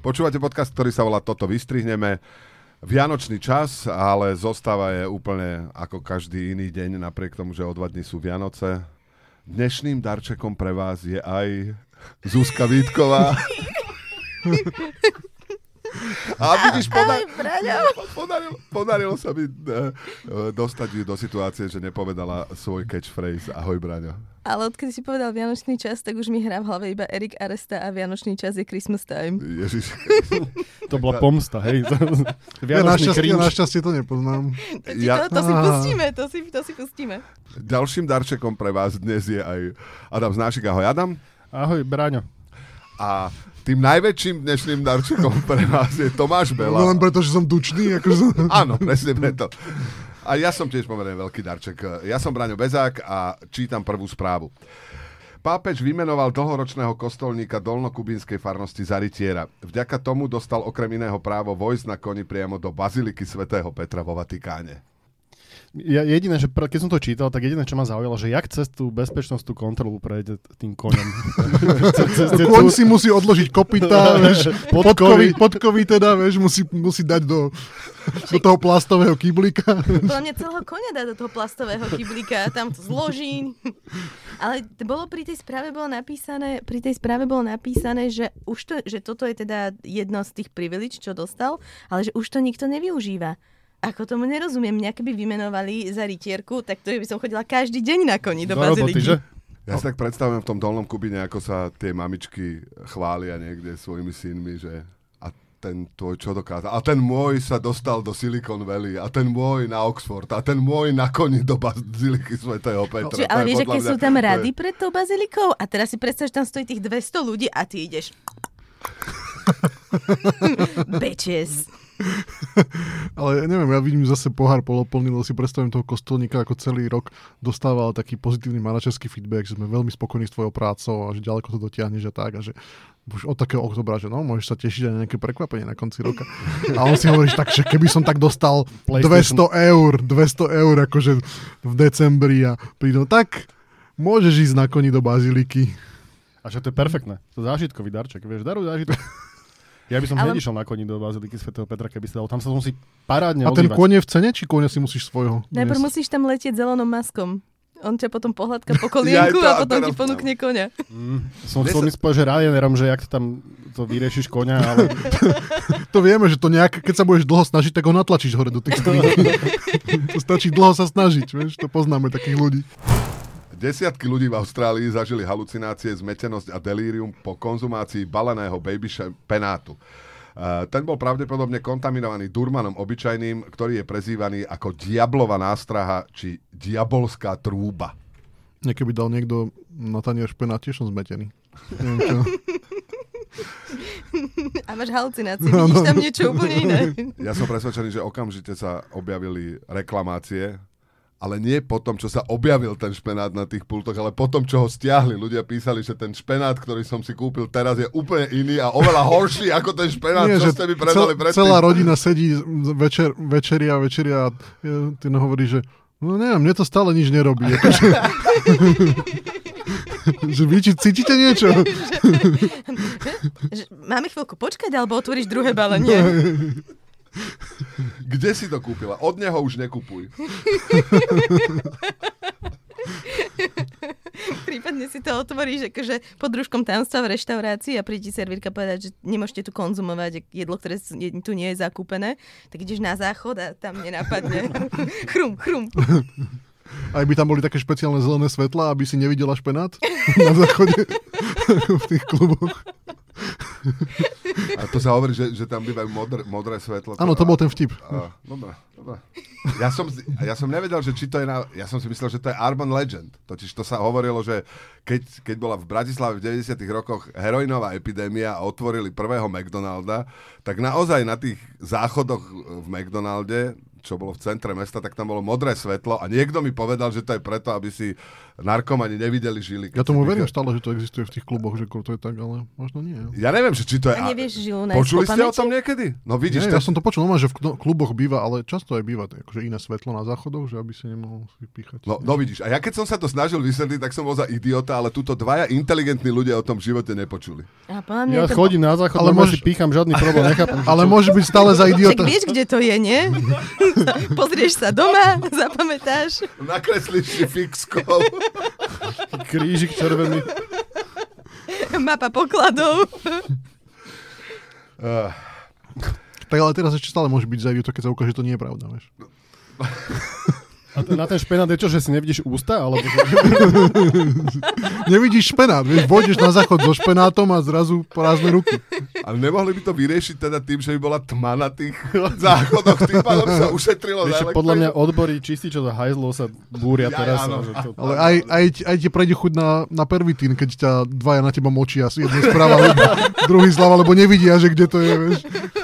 Počúvate podcast, ktorý sa volá Toto vystrihneme. Vianočný čas, ale zostáva je úplne ako každý iný deň, napriek tomu, že o 2 dní sú Vianoce. Dnešným darčekom pre vás je aj Zuzka Vítková. A vidíš, podarilo sa mi dostať ju do situácie, že nepovedala svoj catchphrase. Ahoj, Braňo. Ale odkedy si povedal Vianočný čas, tak už mi hrá v hlave iba Erik Aresta a Vianočný čas je Christmas time. Ježiš. To bola pomsta, hej. Ja našťastie to nepoznám. To si pustíme, to si pustíme. Ďalším darčekom pre vás dnes je aj Adam Znášik. Ahoj, Adam. Ahoj, Braňo. A tým najväčším dnešným darčekom pre vás je Tomáš Bela. No len preto, že som tučný? Áno, presne preto. A ja som tiež pomerne veľký darček. Ja som Braňo Bezák a čítam prvú správu. Pápež vymenoval dlhoročného kostolníka dolnokubínskej farnosti za rytiera. Vďaka tomu dostal okrem iného právo vojsť na koni priamo do baziliky svätého Petra vo Vatikáne. Ja jediné, že keď som to čítal, tak jediné, čo ma zaujalo, že jak cez tú bezpečnostnú kontrolu prejde tým koňom. Koň si musí odložiť kopytá, podkovy teda, musí dať do toho plastového kyblíka. Podľa mňa celého koňa dá do toho plastového kyblíka, tam to zloží. Ale pri tej správe bolo napísané, že toto je teda jedno z tých privilegií, čo dostal, ale že už to nikto nevyužíva. Ako tomu nerozumiem, mňa keby vymenovali za rytierku, tak to by som chodila každý deň na koni do baziliky. Roboty, že? Ja si tak predstavujem v tom dolnom Kubíne, ako sa tie mamičky chvália niekde svojimi synmi, že a ten tvoj čo dokázal. A ten môj sa dostal do Silicon Valley, a ten môj na Oxford, a ten môj na koni do baziliky svätého Petra. Ale vieš, aké sú tam rady pred tou bazilikou? A teraz si predstav, že tam stojí tých 200 ľudí a ty ideš... Bitches. Ale neviem, ja vidím zase pohár poloplný, lebo si predstavím toho kostolníka, ako celý rok dostával taký pozitívny manažerský feedback, že sme veľmi spokojní s tvojou prácou a že ďaleko to dotiahneš a tak, a že už od takého oktobra, že môžeš sa tešiť aj na nejaké prekvapenie na konci roka. A on si hovorí, tak, že keby som tak dostal 200 eur akože v decembri a prídu, tak môžeš ísť na koni do baziliky. A že to je perfektné. To je zážitkový darček, vieš, daruj zážitok. Ja by som hneď išiel na koni do baziliky svätého Petra, keby sa dal. Tam sa musí parádne ozývať. A ten kôň je v cene, či kôňa si musíš svojho? Najprv musíš tam letieť zelenou maskom. On ťa potom pohľadka po kolienku a potom ti ponúkne koňa. Som chcel mi spojiť, že Ryanairom, že jak tam to vyriešiš koňa, ale... To vieme, že to keď sa budeš dlho snažiť, tak ho natlačíš hore do tých strín. To stačí dlho sa snažiť, vieš, to poznáme takých ľudí. Desiatky ľudí v Austrálii zažili halucinácie, zmetenosť a delírium po konzumácii baleného baby špenátu. Ten bol pravdepodobne kontaminovaný durmanom obyčajným, ktorý je prezývaný ako diablova nástraha či diabolská trúba. Keby dal niekto na tanier špenát, tiež som zmetený. A máš halucinácie, vidíš tam niečo úplne iné. Ja som presvedčený, že okamžite sa objavili reklamácie, ale nie po tom, čo sa objavil ten špenát na tých pultoch, ale po tom, čo ho stiahli. Ľudia písali, že ten špenát, ktorý som si kúpil teraz, je úplne iný a oveľa horší ako ten špenát, čo ste mi predali predtým. Celá rodina sedí večeria a ty hovorí, že no neviem, mne to stále nič nerobí. Že vy cítite niečo? Máme chvíľku počkať, alebo otvoríš druhé balenie? Kde si to kúpila? Od neho už nekupuj. Prípadne si to otvoríš akože pod rúškom tajomstva v reštaurácii a príde servírka povedať, že nemôžete tu konzumovať jedlo, ktoré tu nie je zakúpené, tak ideš na záchod a tam nenapadne. Chrum. Aj by tam boli také špeciálne zelené svetlá, aby si nevidela špenát na záchode v tých kluboch. A to sa hovorí, že tam bývajú modré svetlo. Áno, to bol ten vtip. Dobre. Ja som nevedel, že či to je ja som si myslel, že to je urban legend. Totiž to sa hovorilo, že keď bola v Bratislave v 90. rokoch heroinová epidémia a otvorili prvého McDonalda, tak naozaj na tých záchodoch v McDonalde, čo bolo v centre mesta, tak tam bolo modré svetlo a niekto mi povedal, že to je preto, aby si narkomani nevideli žily. Ja tomu verím stále, že to existuje v tých kluboch, že to je tak, ale možno nie. Ja neviem, že či to je... A nevieš žilu nájsť Počuli po ste o pamäti? tom niekedy? No vidíš, Nie, ja som to počul, že v kluboch býva, ale často aj býva akože iné svetlo na záchodoch, že aby si nemohol si píchať. No vidíš, a ja keď som sa to snažil vysvetliť, tak som bol za idiota, ale túto dvaja inteligentní ľudia o tom v živote nepočuli. A podľa mňa Ja je to... chodím na záchod, Ale ale si pícham, žiadny problém, nechápem. Ale môže byť stále za Však idiota. vieš, kde to je, nie? Pozrieš sa doma, zapamätáš. Nakreslíš si fixkou. Krížik červený. Mapa pokladov. Tak ale teraz ešte stále môže byť za idiota, keď sa ukáže, že to nie je pravda, vieš. A na ten špenát je čo, že si nevidíš ústa? Alebo... Nevidíš špenát, vieš, vojdeš na záchod so špenátom a zrazu prázdne ruky. Ale nemohli by to vyriešiť teda tým, že by bola tma na tých záchodoch, tým pádom sa ušetrilo Vieš, za podľa mňa odbory čističov za hajzlov sa búria Ja, teraz. áno. Že to... Ale aj ti prejde chuť na pervitín, keď ťa dvaja na teba močia, jeden správa, druhý zľava, lebo nevidia, že kde to je, vieš.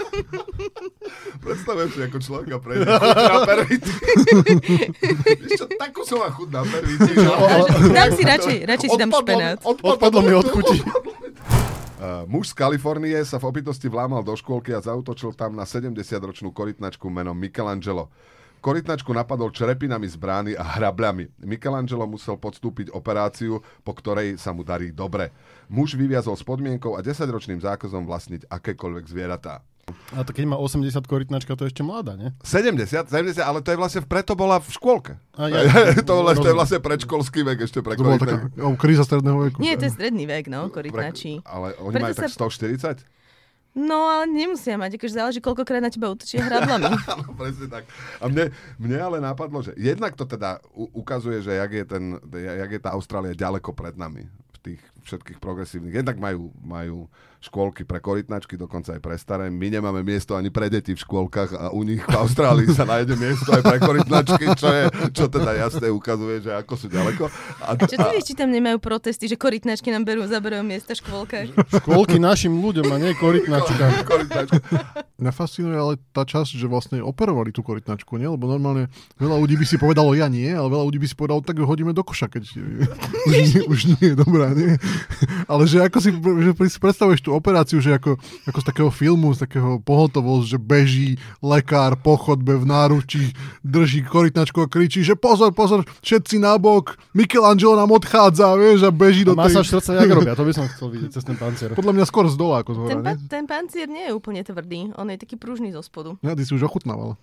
Predstavujem si, ako človeka prejde chuť na pervitín. Vieš čo, takú som má chuť na pervitín. Dám si radšej si dám špenát. Odpadlo mi od chuti. Muž z Kalifornie sa v opitosti vlámal do škôlky a zaútočil tam na 70-ročnú korytnačku menom Michelangelo. Korytnačku napadol čerepinami z brány a hrabľami. Michelangelo musel podstúpiť operáciu, po ktorej sa mu darí dobre. Muž vyviazol s podmienkou a 10-ročným zákazom vlastniť akékoľvek zvieratá. A to keď má 80 korytnačka, to je ešte mladá, nie? 70, ale to je vlastne, preto bola v škôlke. A To je vlastne predškolský vek ešte pre To bola taká korytnačku. kríza stredného veku. Nie, to je stredný vek, no, korytnačí. Ale oni Preto majú tak 140? No, ale nemusia mať, akože záleží, koľkokrát na teba útočia hrablami. Áno, presne tak. A mne ale napadlo, že jednak to teda ukazuje, že jak je tá Austrália ďaleko pred nami v tých všetkých progresívnych. Jednak majú škôlky pre korytnačky, dokonca aj pre staré. My nemáme miesto ani pre deti v škôlkach a u nich v Austrálii sa nájde miesto aj pre korytnačky, čo teda jasne ukazuje, že ako sú ďaleko. Čo ty vieš, či tam nemajú protesty, že korytnačky nám zaberajú miesta v škôlkach? Škôlky našim ľuďom a nie korytnačka. Mňa fascinuje ale tá časť, že vlastne operovali tú korytnačku, nie? Lebo normálne veľa ľudí by si povedalo ja nie, ale veľa ľudí by si povedalo tak hodíme do koša, keď už nie je dobrá, nie? Ale že ako si predstavuješ tú operáciu, že ako z takého filmu, z takého pohotovosť, že beží lekár po chodbe v náručí, drží korytnačku a kričí, že pozor, všetci nabok, Michelangelo nám odchádza, vieš, a beží do tej... Masáž srdca jak robia, to by som chcel vidieť cez ten pancier. Podľa mňa skôr z dola, ako z hora, nie? Ten pancier nie je úplne tvrdý, on je taký pružný zo spodu. Ja, ty si už ochutnával.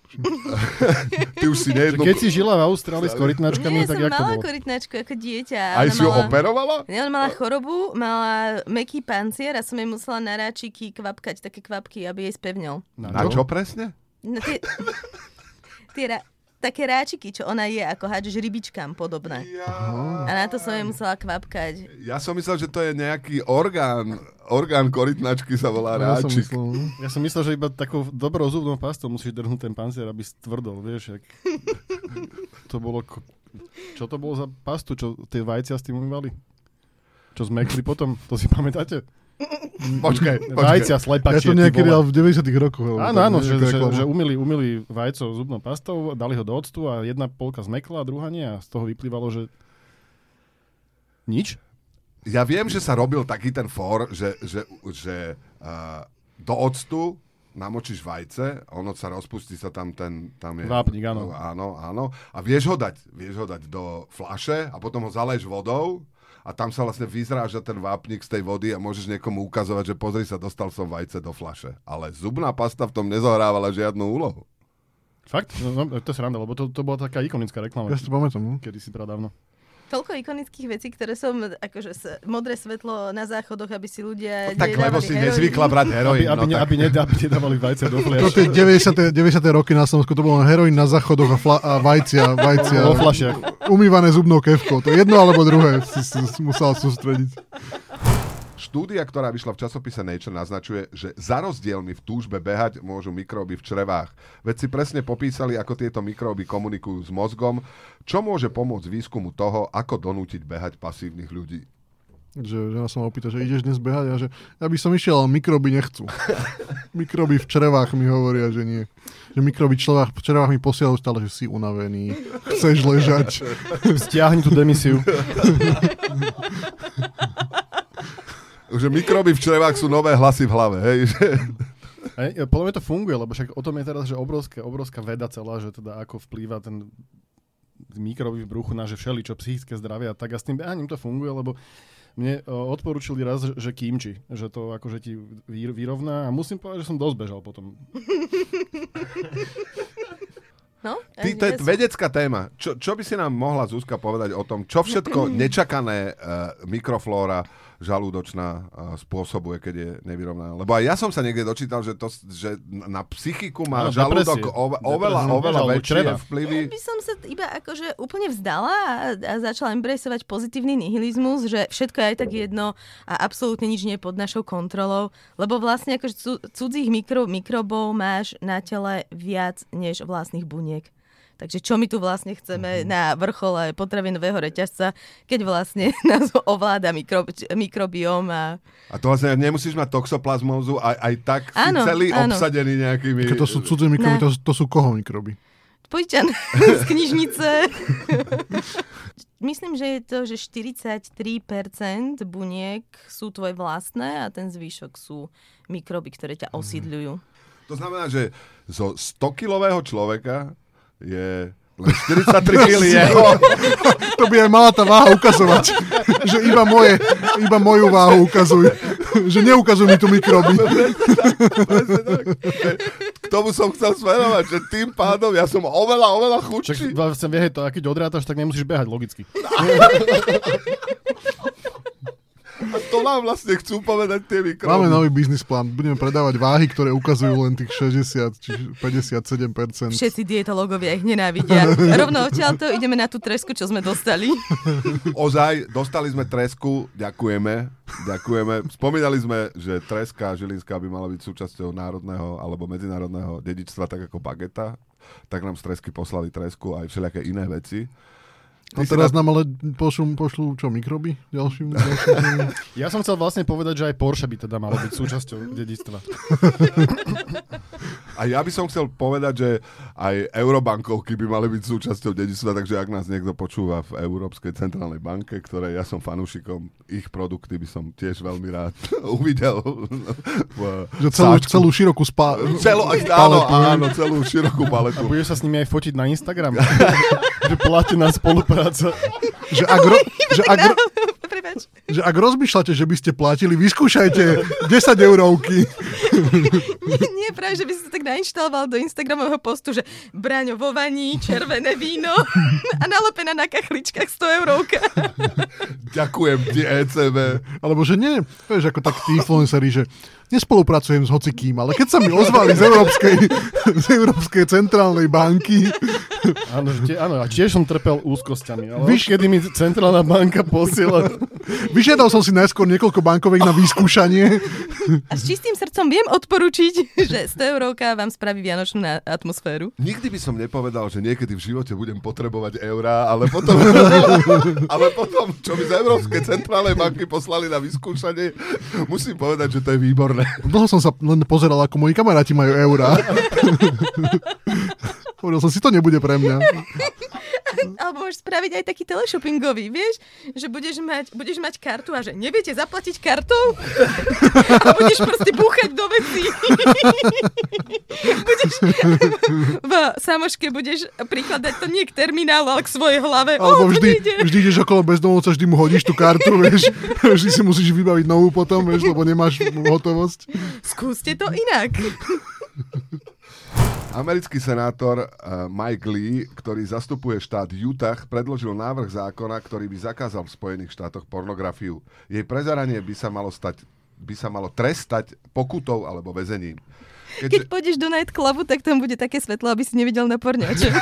Ty už si nejednú... Keď si žila v Austrálii s korytnačkami, Nie, tak som jak to mala bolo? korytnačku ako dieťa. Aj si ju operovala? Ona mala chorobu, mala mäkký pancier a som jej musela na ráčiky kvapkať také kvapky, aby jej spevnil. Na čo presne? No, také ráčiky, čo ona je, ako hádžeš rybičkám podobné. A na to som jej musela kvapkať. Ja som myslel, že to je nejaký orgán korytnačky sa volá ráčik. Ja som myslel, že iba takou dobrou zubnou pastou musíš drhnúť ten pancier, aby stvrdol, vieš. Jak... To bolo... Čo to bolo za pastu, čo tie vajcia s tým umývali? Čo zmekli potom? To si pamätáte? Počkaj. Vajcia, Ja slepačie. to niekedy dal v 90 rokoch. Áno, že umýli vajco zubnou pastou, dali ho do octu a jedna polka zmekla a druhá nie. A z toho vyplývalo, že nič. Ja viem, že sa robil taký ten fór, že do octu namočíš vajce, ono sa rozpustí sa tam je... Vápnik, áno. Áno. A vieš ho dať do fľaše a potom ho zaleješ vodou a tam sa vlastne vyzráža ten vápnik z tej vody a môžeš niekomu ukazovať, že pozri sa, dostal som vajce do fľaše. Ale zubná pasta v tom nezohrávala žiadnu úlohu. Fakt? No, to je sranda, lebo to bola taká ikonická reklama. Ja si to pamätám. Kedy si pradávno. Toľko ikonických vecí, ktoré som, akože modré svetlo na záchodoch, aby si ľudia Tak lebo si nezvykla brať heroín. Aby nedávali vajcia do To fľaše. tie 90. roky na Slovensku, to bolo heroín na záchodoch a vajcia. Vo fľašiach. Umývané zubnou kefkou. To jedno alebo druhé si musel sústrediť. Štúdia, ktorá vyšla v časopise Nature, naznačuje, že za rozdielmi v túžbe behať môžu mikróby v črevách. Vedci presne popísali, ako tieto mikróby komunikujú s mozgom, čo môže pomôcť výskumu toho, ako donútiť behať pasívnych ľudí. Že žena sa ma opýta, že ideš dnes behať a že ja by som išiel, ale mikróby nechcú. Mikróby v črevách mi hovoria, že nie. Že mikroby v črevách mi posielajú stále, že si unavený, chceš ležať. Stiahni tú demisiu. Že mikroby v črevách sú nové hlasy v hlave, hej? Podľa mňa to funguje, lebo však o tom je teraz, že obrovská veda celá, že teda ako vplýva ten mikroby v bruchu na že všeličo, psychické zdravie a tak. A s tým behaním to funguje, lebo mne odporúčili raz, že kimči, že to akože ti vyrovná a musím povedať, že som dosť bežal potom. No, To je vedecká téma. Čo by si nám mohla, Zuzka, povedať o tom, čo všetko nečakané mikroflóra žalúdočná spôsobuje, keď je nevyrovnaná? Lebo aj ja som sa niekde dočítal, že na psychiku má žalúdok oveľa väčšie vplyvy. Ja by som sa iba akože úplne vzdala a začala embraceovať pozitívny nihilizmus, že všetko je aj tak jedno a absolútne nič nie je pod našou kontrolou, lebo vlastne akože cudzích mikrobov máš na tele viac než vlastných buniek. Takže čo my tu vlastne chceme na vrchole potravinového reťazca, keď vlastne nás ovláda mikrobióm a to vlastne nemusíš mať toxoplazmózu, aj tak si celý obsadený nejakými... To sú cudzie mikroby, to sú koho mikroby? Poďťan z knižnice. Myslím, že je to, že 43% buniek sú tvoje vlastné a ten zvyšok sú mikroby, ktoré ťa osídľujú. To znamená, že zo 100-kilového človeka je len 43 kg jeho. To by aj mala tá váha ukazovať. Že iba moju váhu ukazuj. Že neukazuj mi tu mikroby. K tomu som chcel smerovať, že tým pádom ja som oveľa chudší. Však vlastne vieš to, a keď odrátaš, tak nemusíš behať logicky. A to nám vlastne chcú povedať tie mikroby. Máme nový biznis plán. Budeme predávať váhy, ktoré ukazujú len tých 60 či 57%. Všetci dietológovia ich nenávidia. Rovno odtiaľto ideme na tú tresku, čo sme dostali. Ozaj, dostali sme tresku, ďakujeme. Spomínali sme, že treska žilinská by mala byť súčasťou národného alebo medzinárodného dedičstva, tak ako bageta. Tak nám z tresky poslali tresku aj všelijaké iné veci. A teraz nám ale pošlú čo, mikroby? Ďalším. Ja som chcel vlastne povedať, že aj Porsche by teda malo byť súčasťou dedičstva. A ja by som chcel povedať, že aj eurobankovky by mali byť súčasťou dedičstva, takže ak nás niekto počúva v Európskej centrálnej banke, ktorej ja som fanúšikom, ich produkty by som tiež veľmi rád uvidel. Celú širokú paletu. Áno, celú širokú paletu. A budeš sa s nimi aj fotiť na Instagram? Že platená spolupráca. Že ak rozmýšľate, že by ste platili, vyskúšajte 10 eurovky. Nie, práve, že by si to tak nainštaloval do Instagramového postu, že Braňo vo vaní, červené víno a nalepená na kachličkách 100 eurovka. Ďakujem ti, ECB. Alebo že nie, vieš, ako tak tí influenceri, že nespolupracujem s hocikým, ale keď sa mi ozvali z Európskej centrálnej banky. Áno, a tiež som trpel úzkosťami, ale kedy mi centrálna banka posiela. Vyžiadal som si najskôr niekoľko bankoviek na vyskúšanie. A s čistým srdcom viem odporučiť, že 100 eurovka vám spraví vianočnú atmosféru. Nikdy by som nepovedal, že niekedy v živote budem potrebovať eurá, ale potom, čo mi z Európskej centrálnej banky poslali na vyskúšanie, musím povedať, že to je výborné. Dlho som sa len pozeral, ako moji kamaráti majú eurá. Povedal som si, to nebude pre mňa. Alebo môžeš spraviť aj taký teleshoppingový, vieš? Že budeš mať kartu a že neviete zaplatiť kartou? A budeš proste búchať do vecí. V samoške budeš prikladať to nie k terminálu, ale k svojej hlave. Alebo vždy ideš okolo bezdomovca, vždy mu hodíš tú kartu, vieš? Vždy si musíš vybaviť novú potom, vieš, lebo nemáš hotovosť. Skúste to inak. Americký senátor Mike Lee, ktorý zastupuje štát Utah, predložil návrh zákona, ktorý by zakázal v Spojených štátoch pornografiu. Jej prezeranie by sa malo trestať pokutou alebo väzením. Keď pôjdeš do nightclubu, tak tam bude také svetlo, aby si nevidel na porňače.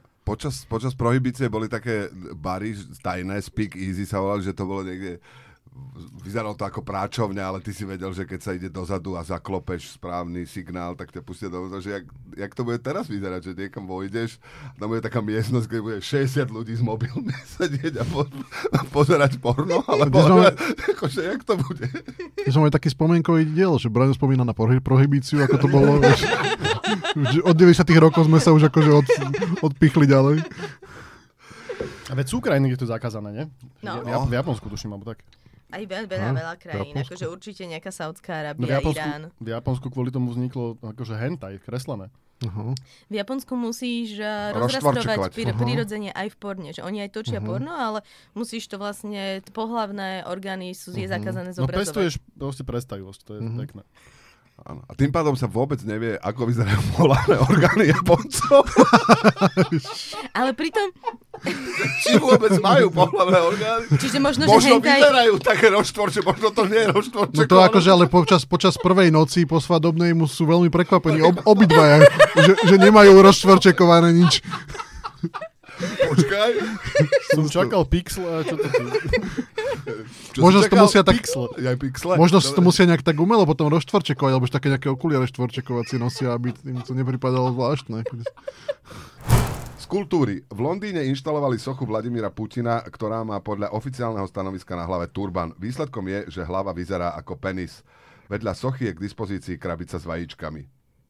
Počas prohibície boli také bary tajné, Speak Easy sa volali, že to bolo niekde vyzeralo to ako práčovňa, ale ty si vedel, že keď sa ide dozadu a zaklopeš správny signál, tak ťa pustia dozadu, že jak to bude teraz vyzerať, že niekam vojdeš, tam bude taká miestnosť, kde bude 60 ľudí s mobilmi sedieť a pozerať porno, alebo akože jak to bude? My sme mali taký spomienkový diel, že Braňo spomína na prohibíciu, ako to bolo. Od 90 rokov sme sa už akože odpichli ďalej. A veď sú krajiny, kde to je zakázané, nie? No. V Japonsku tuším, alebo tak. Aj veľa krajín, Japonsko. akože určite nejaká Saudská No Arábia, Irán. v Japonsku kvôli tomu vzniklo akože hentai, kreslené. Uh-huh. V Japonsku musíš Rozštvorčekovať. rozrastrovať prirodzene aj v porne. Že oni aj točia porno, ale musíš to vlastne, pohlavné orgány je zakázané No zobrazovať. pestuješ proste predstavivosť, to je pekné. Áno. A tým pádom sa vôbec nevie, ako vyzerajú pohlavné orgány Japoncov. Ale pritom, Či vôbec majú pohlavné orgány. čiže možno Možno že hentai... vyzerajú také rozštvorče, možno to nie je rozštvorče. No to akože, ale počas prvej noci po svadobnej mu sú veľmi prekvapení obidvaja, že nemajú rozštvorčekované nič. Počkaj. Som čakal pixel a čo to tu? Možno si to musia tak... Pixle? Možno si to musia nejak tak umelo potom rozštvorčekovať, alebo už také nejaké okuliare štvorčekovacie nosia, aby im to nepripadalo zvláštne. Z kultúry. V Londýne inštalovali sochu Vladimíra Putina, ktorá má podľa oficiálneho stanoviska na hlave turban. Výsledkom je, že hlava vyzerá ako penis. Vedľa sochy je k dispozícii krabica s vajíčkami.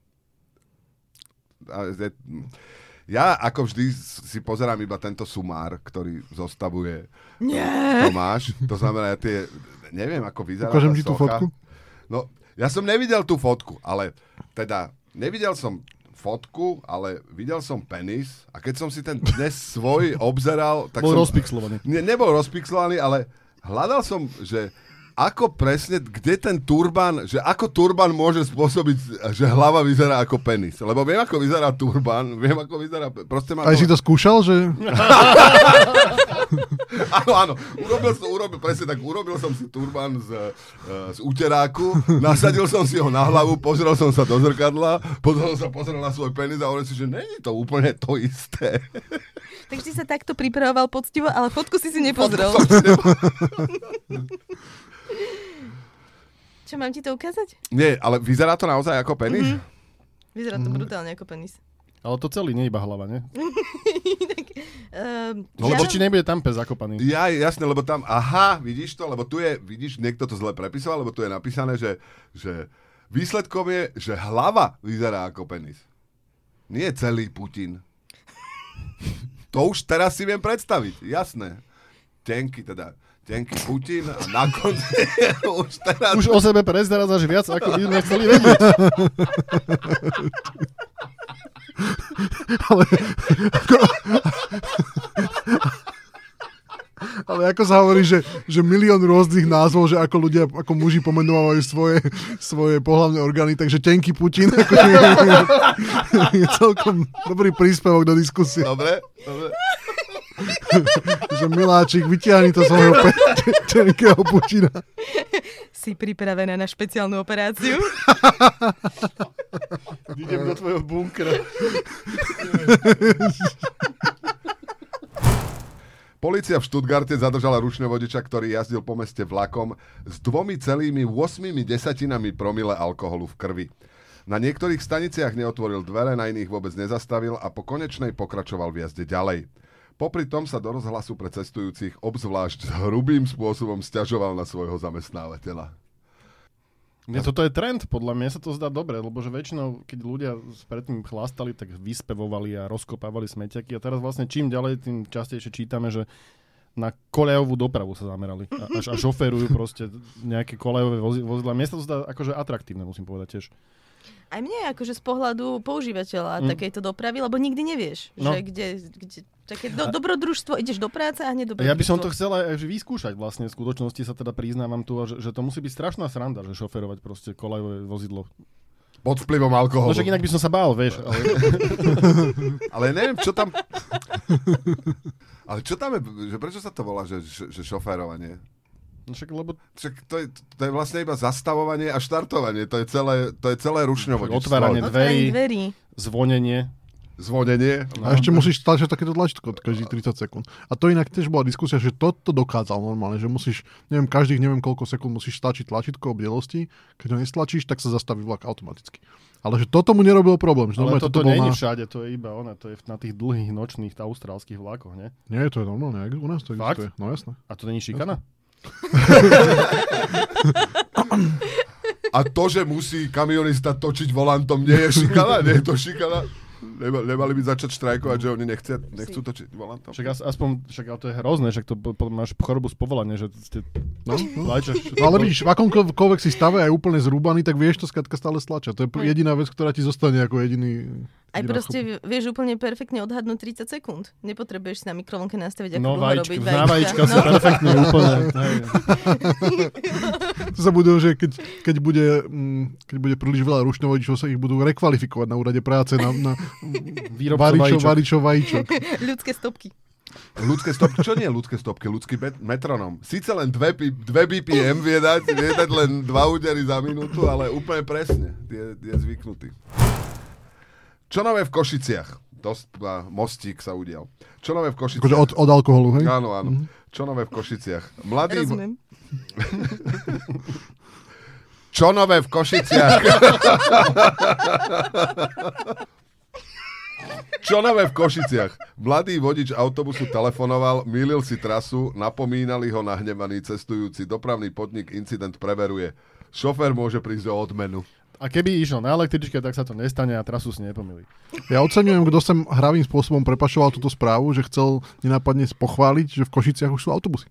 Ja ako vždy si pozerám iba tento sumár, ktorý zostavuje Tomáš. To znamená, neviem, ako vyzerá Ukážem tá ti tú socha. fotku? No, ja som nevidel tú fotku, ale teda nevidel som fotku, ale videl som penis a keď som si ten dnes svoj obzeral, tak Bol som... rozpixlovaný. Nebol rozpixlovaný, ale hľadal som, že ako presne, kde ten turban, že ako turban môže spôsobiť, že hlava vyzerá ako penis. Lebo viem, ako vyzerá turban, viem, ako vyzerá... Proste Aj si to skúšal, že... Áno, urobil som si turban z úteráku, nasadil som si ho na hlavu, pozrel som sa do zrkadla, potom som sa pozrel na svoj penis a hovoril si, že není to úplne to isté. Takže si sa takto pripravoval poctivo, ale fotku si nepozrel. Čo, mám ti to ukázať? Nie, ale vyzerá to naozaj ako penis? Vyzerá to brutálne ako penis. Ale to celý, nie iba hlava, nie? No, Lebo či nebude tam pes zakopaný. Ja, jasne, lebo tam, vidíš to, lebo tu je, vidíš, niekto to zle prepisoval, lebo tu je napísané, že výsledkom je, že hlava vyzerá ako penis. Nie celý Putin. To už teraz si viem predstaviť, jasné. Tenký Putin a na konci už teraz... Už o sebe prezradzáš viac, ako by sme chceli vedieť. Ale ako sa hovorí, že milión rôznych názvov, že ako ľudia, ako muži pomenovávajú svoje pohlavné orgány, takže tenký Putin je celkom dobrý príspevok do diskusie. Dobre. Že miláčik, vytiahni to svojho tenkého Putina. Si pripravená na špeciálnu operáciu? Idem do tvojho bunkra. Polícia v Stuttgarte zadržala ručného vodiča, ktorý jazdil po meste vlakom s 2,8 promile alkoholu v krvi. Na niektorých staniciach neotvoril dvere, na iných vôbec nezastavil a po konečnej pokračoval v jazde ďalej. Popri tom sa do rozhlasu pre cestujúcich obzvlášť hrubým spôsobom sťažoval na svojho zamestnávateľa. Toto je trend, podľa mňa sa to zdá dobre, lebo že väčšinou, keď ľudia predtým chlastali, tak vyspevovali a rozkopávali smeťaky a teraz vlastne čím ďalej, tým častejšie čítame, že na kolejovú dopravu sa zamerali a šoférujú proste nejaké kolejové vozidlá. Mne sa to zdá akože atraktívne, musím povedať tiež. Aj mne akože z pohľadu používateľa takejto dopravy, lebo nikdy nevieš, že kde také dobrodružstvo, ideš do práce a hneď dobrodružstvo. Ja by som to chcel aj vyskúšať vlastne, v skutočnosti sa teda priznávam tu, že to musí byť strašná sranda, že šoferovať proste kolejové vozidlo. Pod vplyvom alkoholu. No však inak by som sa bál, vieš. Ale neviem, čo tam... Ale čo tam je, že prečo sa to volá, že šoférovanie? No však, lebo... Však to je vlastne iba zastavovanie a štartovanie. To je celé rušňovo. Otváranie dverí, zvonenie. zvonenie. A ešte musíš tlačiť takéto tlačítko každých 30 sekúnd. A to inak tiež bola diskusia, že toto dokázal normálne, že musíš, každých neviem koľko sekúnd musíš tlačiť tlačítko o bdelosti, keď ho nestlačíš, tak sa zastaví vlak automaticky. Ale že toto mu nerobil problém. Že ale toto bol nie je všade, to je iba to je na tých dlhých nočných austrálskych vlakoch, nie? Nie, to je normálne, u nás to existuje. No jasné. A to není šikana? A to, že musí kamionista točiť volantom, nie je šikana? Nie je to šikana? Nemali by začať štrajkovať, že oni nechcú točiť volantom. Však ale to je hrozné, však to máš chorobu z povolania, že ste... No. Ale vidíš, v akomkoľvek si stave aj úplne zrúbaný, tak vieš to skrátka stále stlačať. To je jediná vec, ktorá ti zostane ako jediný... Aj proste vieš úplne perfektne odhadnúť 30 sekúnd. Nepotrebuješ si na mikrovlnke nastaviť, ako dlho robiť vajíčka. Na vajíčka sa perfektne úplne. To sa budú, že keď bude príliš veľa rušňovodičov, sa ich budú rekvalifikovať na úrade práce na varičov vajíčok. Ľudské stopky. Ľudské stopky? Čo nie je ľudské stopky? Ľudský metronom. Síce len 2 BPM vie dať len 2 údery za minútu, ale úplne presne. Je zvyknutý. Čo nové v Košiciach? Mostík sa udial. Čo nové v Košiciach? Akože od alkoholu, hej? Áno. Čo nové v Košiciach? Rozumiem. Čo nové v Košiciach? Čo nové v Košiciach? Mladý vodič autobusu telefonoval, mýlil si trasu, napomínali ho nahnevaný cestujúci. Dopravný podnik incident preveruje. Šofér môže prísť o odmenu. A keby išiel na električke, tak sa to nestane a trasu si nepomýli. Ja oceňujem, kto sem hravým spôsobom prepašoval túto správu, že chcel nenápadne pochváliť, že v Košiciach už sú autobusy.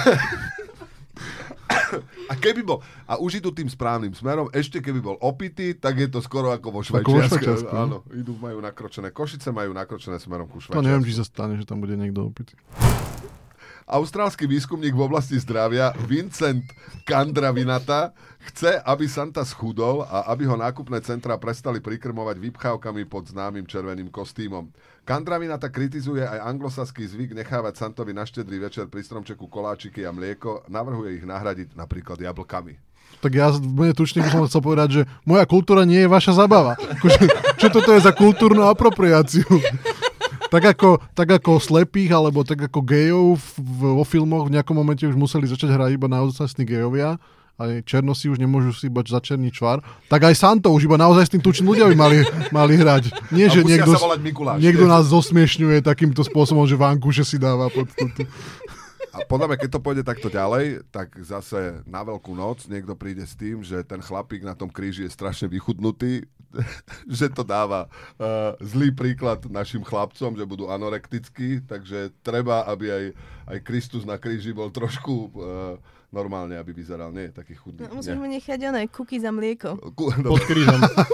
A už idú tým správnym smerom, ešte keby bol opitý, tak je to skoro ako vo Švajčiarsku. Áno, majú nakročené Košice, majú nakročené smerom ku Švajčiarsku. To neviem, či sa stane, že tam bude niekto opitý. Austrálsky výskumník v oblasti zdravia Vincent Candravinata chce, aby Santa schudol a aby ho nákupné centrá prestali prikrmovať vypchávkami pod známym červeným kostýmom. Candravinata kritizuje aj anglosaský zvyk nechávať Santovi na štedrý večer pri stromčeku koláčiky a mlieko, navrhuje ich nahradiť napríklad jablkami. Tak ja v mene tučných by som chcel povedať, že moja kultúra nie je vaša zabava. Čo toto je za kultúrnu apropriáciu? Tak ako slepých, alebo tak ako gejov vo filmoch v nejakom momente už museli začať hrať iba naozajstní gejovia, ale černosi už nemôžu si iba začerniť čvar, tak aj Santo už iba naozaj s tým tučným ľudia by mali hrať. Nie, že niekto nás zosmiešňuje takýmto spôsobom, že vánkuše si dáva pod túto. A podľa mňa, keď to pôjde takto ďalej, tak zase na Veľkú noc niekto príde s tým, že ten chlapík na tom kríži je strašne vychudnutý, že to dáva zlý príklad našim chlapcom, že budú anorektickí, takže treba, aby aj Kristus na kríži bol trošku normálne, aby vyzeral. Nie je taký chudný. No, musíš mu nechať kuky za mlieko. Pod krížom.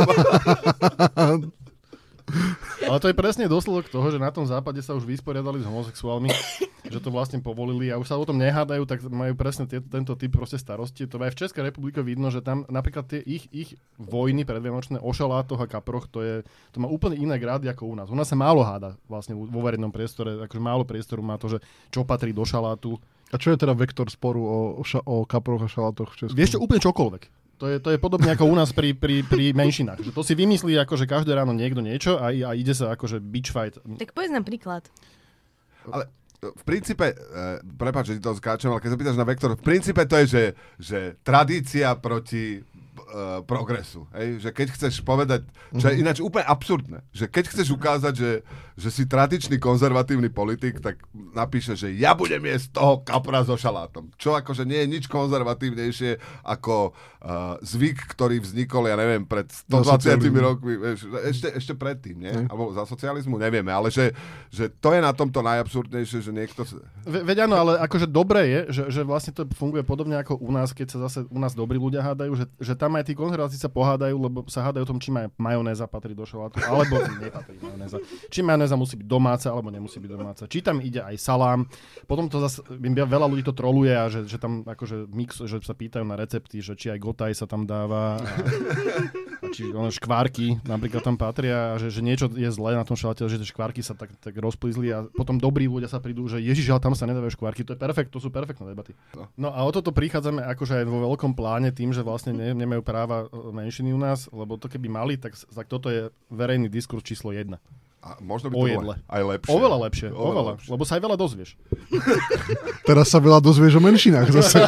Ale to je presne dôsledok toho, že na tom západe sa už vysporiadali s homosexuálmi, že to vlastne povolili a už sa o tom nehádajú, tak majú presne tento typ proste starosti. To aj v Českej republike vidno, že tam napríklad tie ich vojny predvianočné o šalátoch a kaproch, to má úplne iné grády ako u nás. U nás sa málo háda vlastne vo verejnom priestore, akože málo priestoru má to, že čo patrí do šalátu. A čo je teda vektor sporu o kaproch a šalátoch v Česku? Vieš čo, úplne čokoľvek. To je podobne ako u nás pri menšinách. Že to si vymyslí akože každé ráno niekto niečo a ide sa akože bitch fight. Tak povedz nám príklad. Ale v princípe, prepáč, že ti to skáčem, ale keď sa pýtaš na vektor, v princípe to je, že tradícia proti progresu. Hej? Že keď chceš povedať, čo je ináč úplne absurdné, že keď chceš ukázať, že si tradičný konzervatívny politik, tak napíše, že ja budem jesť toho kapra so šalátom. Čo akože nie je nič konzervatívnejšie ako zvyk, ktorý vznikol, ja neviem, pred 120 rokmi, ešte predtým, nie? Alebo za socializmu, nevieme, ale že to je na tomto najabsurdnejšie, že niekto... Veď áno, ale akože dobré je, že vlastne to funguje podobne ako u nás, keď sa zase u nás dobrí ľudia hádajú, že tam aj tí konzervatívci sa pohádajú, lebo sa hádajú o tom, či majonéza patrí do šalátu, alebo nepatrí majonéza. Či majonéza musí byť domáca, alebo nemusí byť domáca. Či tam ide aj salám. Potom to zase, veľa ľudí to troluje a že tam akože mix, že sa pýtajú na recepty, že či aj gotaj sa tam dáva a či škvárky napríklad tam patria a že niečo je zlé na tom šaláte, že tie škvárky sa tak rozplizli a potom dobrí ľudia sa prídu, že ježiš, ale tam sa nedávajú škvárky. To sú perfektné debaty. No a o toto prichádzame akože aj vo veľkom pláne tým, že vlastne nemajú práva menšiny u nás, lebo to keby mali, tak toto je verejný diskurs číslo 1. A možno by O to jedle. bolo aj lepšie. Oveľa lepšie. Oveľa. lepšie. Lebo sa aj veľa dozvieš. Teraz sa veľa dozvieš o menšinách zase.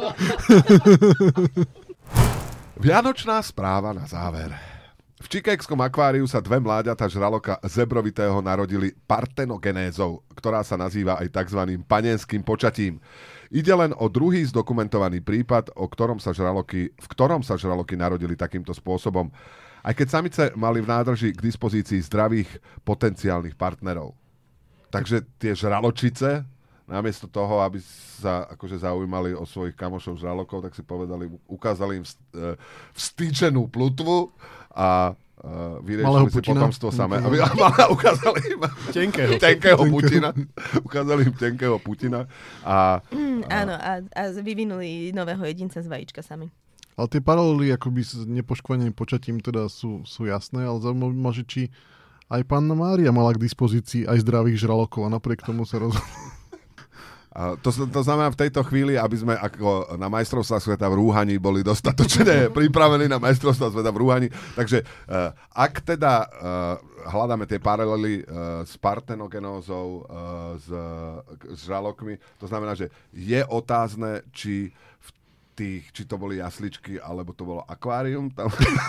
Vianočná správa na záver. V Chicagsskom akváriu sa dve mláďatá žraloka zebrovitého narodili partenogenézou, ktorá sa nazýva aj tzv. Panenským počatím. Ide len o druhý zdokumentovaný prípad, v ktorom sa žraloky narodili takýmto spôsobom. Aj keď samice mali v nádrži k dispozícii zdravých potenciálnych partnerov. Takže tie žraločice, namiesto toho, aby sa akože zaujímali o svojich kamošov žralokov, tak si povedali, ukázali im vstýčenú plutvu a vyriešili si potomstvo samé. Ukázali im tenkého Putina. Ukázali im tenkého Putina. Áno, a vyvinuli nového jedinca z vajíčka sami. Ale tie paralely akoby s nepoškvrneným počatím teda sú jasné, ale zaujímavé ma, že či aj panna Mária mala k dispozícii aj zdravých žralokov a napriek tomu sa rozhodla. To znamená v tejto chvíli, aby sme ako na majstrovstvá sveta v rúhaní boli dostatočne pripravení na majstrovstvá sveta v rúhaní. Takže ak teda hľadáme tie paralely s partenogenózou, s žralokmi, to znamená, že je otázne, či to boli jasličky, alebo to bolo akvárium. Tam.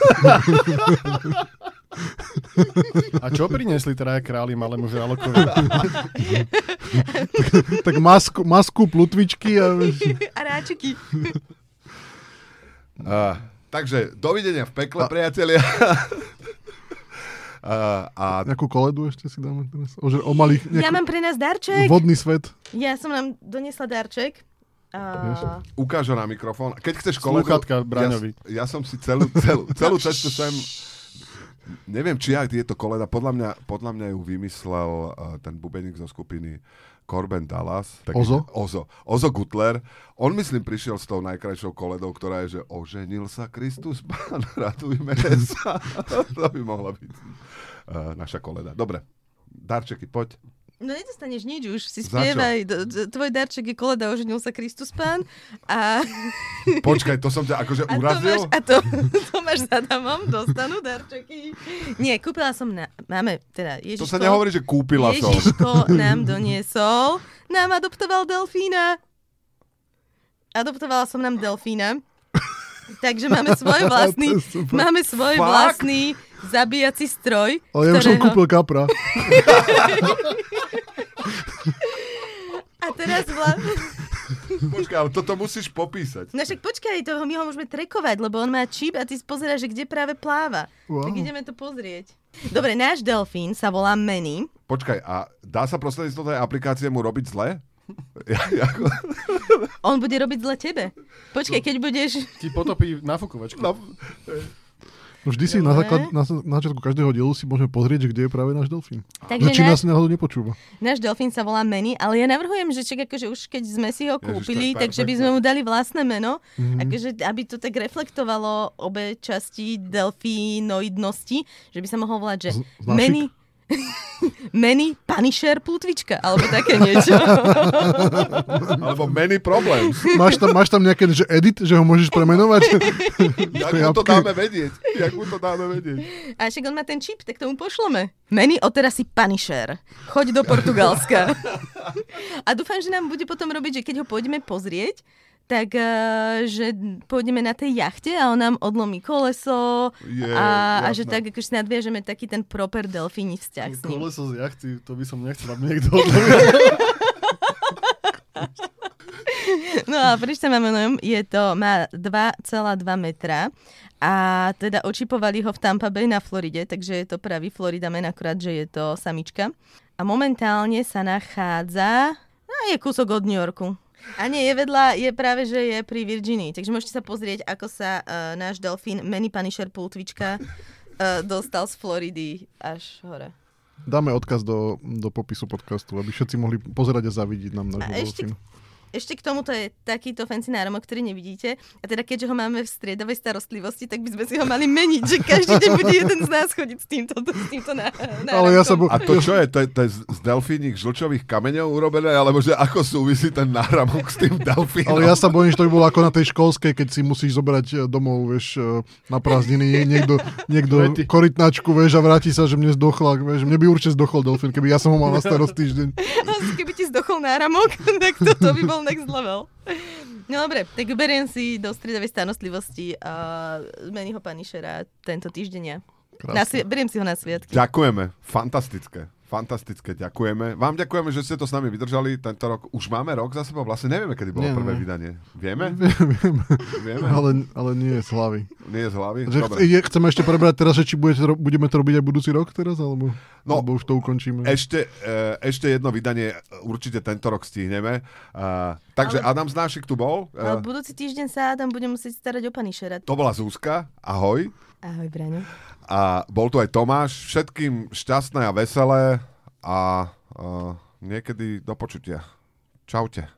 A čo priniesli teda králi malému žralokovi? tak masku, plutvičky a ráčiky. Takže dovidenia v pekle, priatelia. Nejakú koledu ešte si dáme teraz? O malých, Ja mám pre nás darček. Vodný svet. Ja som nám doniesla darček. Ukáž ho na mikrofón. Keď chceš koledu... Slúchatka Braňovi. Ja som si celú cestu sem... Neviem, či je to koleda. Podľa mňa ju vymyslel ten bubeník zo skupiny Corbin Dallas. Ozo Gutler. On, myslím, prišiel s tou najkrajšou koledou, ktorá je, že oženil sa Kristus, Pán, radujme sa. To by mohla byť naša koleda. Dobre, darčeky, poď. No nedostaneš nič už, si spievaj. Tvoj darček je koleda, oženil sa Kristus Pán. A... Počkaj, to som ťa akože urazil? A to máš za damom, dostanú darčeky. Nie, kúpila som máme, teda Ježiško... To sa nehovorí, že kúpila som. Ježiško nám doniesol, nám adoptoval delfína. Adoptovala som nám delfína. Takže máme svoj vlastný zabíjací stroj. Ale ja už som kúpil kapra. A teraz Počkaj, ale toto musíš popísať. No však počkaj, my ho môžeme trekovať, lebo on má čip a ty pozeráš, že kde práve pláva. Wow. Tak ideme to pozrieť. Dobre, náš delfín sa volá Manny. Počkaj, a dá sa prostredníctvom tej aplikácie mu robiť zle? On bude robiť zle tebe. Počkaj, keď budeš... Ti potopí nafukovačku. Vždy si na začiatku každého dielu si môžeme pozrieť, že kde je práve náš delfín. Takže či nás náhodou nepočúva. Náš delfín sa volá Manny, ale ja navrhujem, že akože už keď sme si ho kúpili, takže by sme mu dali vlastné meno, akože, aby to tak reflektovalo obe časti delfínoidnosti, že by sa mohol volať, že Manny Punisher Plutvička, alebo také niečo. Alebo Many Problems. Máš tam nejaké že edit, že ho môžeš premenovať? Jak mu to dáme vedieť? A však on má ten čip, tak tomu pošleme. Manny, odteraz si Punisher. Choď do Portugalska. A dúfam, že nám bude potom robiť, že keď ho pôjdeme pozrieť, tak že pôjdeme na tej jachte a on nám odlomí koleso a že tak akože si nadviažeme taký ten proper delfíny vzťah s ním. Koleso z jachty, to by som nechcel, aby niekto odlomil. No a prečo máme má 2,2 metra a teda očipovali ho v Tampa Bay na Floride, takže je to pravý Florida man, akurát, že je to samička. A momentálne sa nachádza, je kúsok od New Yorku. A nie, je práve, že je pri Virginii. Takže môžete sa pozrieť, ako sa náš delfín Manny Punisher Plutvička dostal z Floridy až hore. Dáme odkaz do popisu podcastu, aby všetci mohli pozerať a zavidieť nám nášho delfínu. ešte k tomuto je takýto fancy náramok, ktorý nevidíte. A teda keďže ho máme v striedavej starostlivosti, tak by sme si ho mali meniť, že každý deň bude jeden z nás chodiť s týmto náramkom. Ale ja sa A to čo je? To je z delfíních žlčových kameňov urobené? Alebo že ako súvisí ten náramok s tým delfínom? Ale ja sa bojím, že to by bolo ako na tej školskej, keď si musíš zobrať domov, vieš, na prázdniny niekto korytnačku, vieš, a vráti sa, že mne zdochla, vieš, mne by určite zdochol delfín, keby ja som ho mal na starost týždeň. Keby ti zdochol náramok, tak toto by bol next level. No dobre, tak beriem si do striedavej starostlivosti a zmení ho pani Šera tento týždeň. Beriem si ho na sviatky. Ďakujeme, fantastické, ďakujeme. Vám ďakujeme, že ste to s nami vydržali tento rok. Už máme rok za sebou, vlastne nevieme, kedy bolo prvé vydanie. Vieme? Vieme? Ale nie je z hlavy. Nie je z hlavy? Že Dobre. Chceme ešte prebrať teraz, že či budeme to robiť aj budúci rok teraz, alebo už to ukončíme? Ešte jedno vydanie určite tento rok stihneme. Takže Adam Znášik tu bol. Ale budúci týždeň sa Adam bude musieť starať o pani Šera. To bola Zuzka. Ahoj. Ahoj, Braňo. A bol tu aj Tomáš. Všetkým šťastné a veselé a niekedy do počutia. Čaute.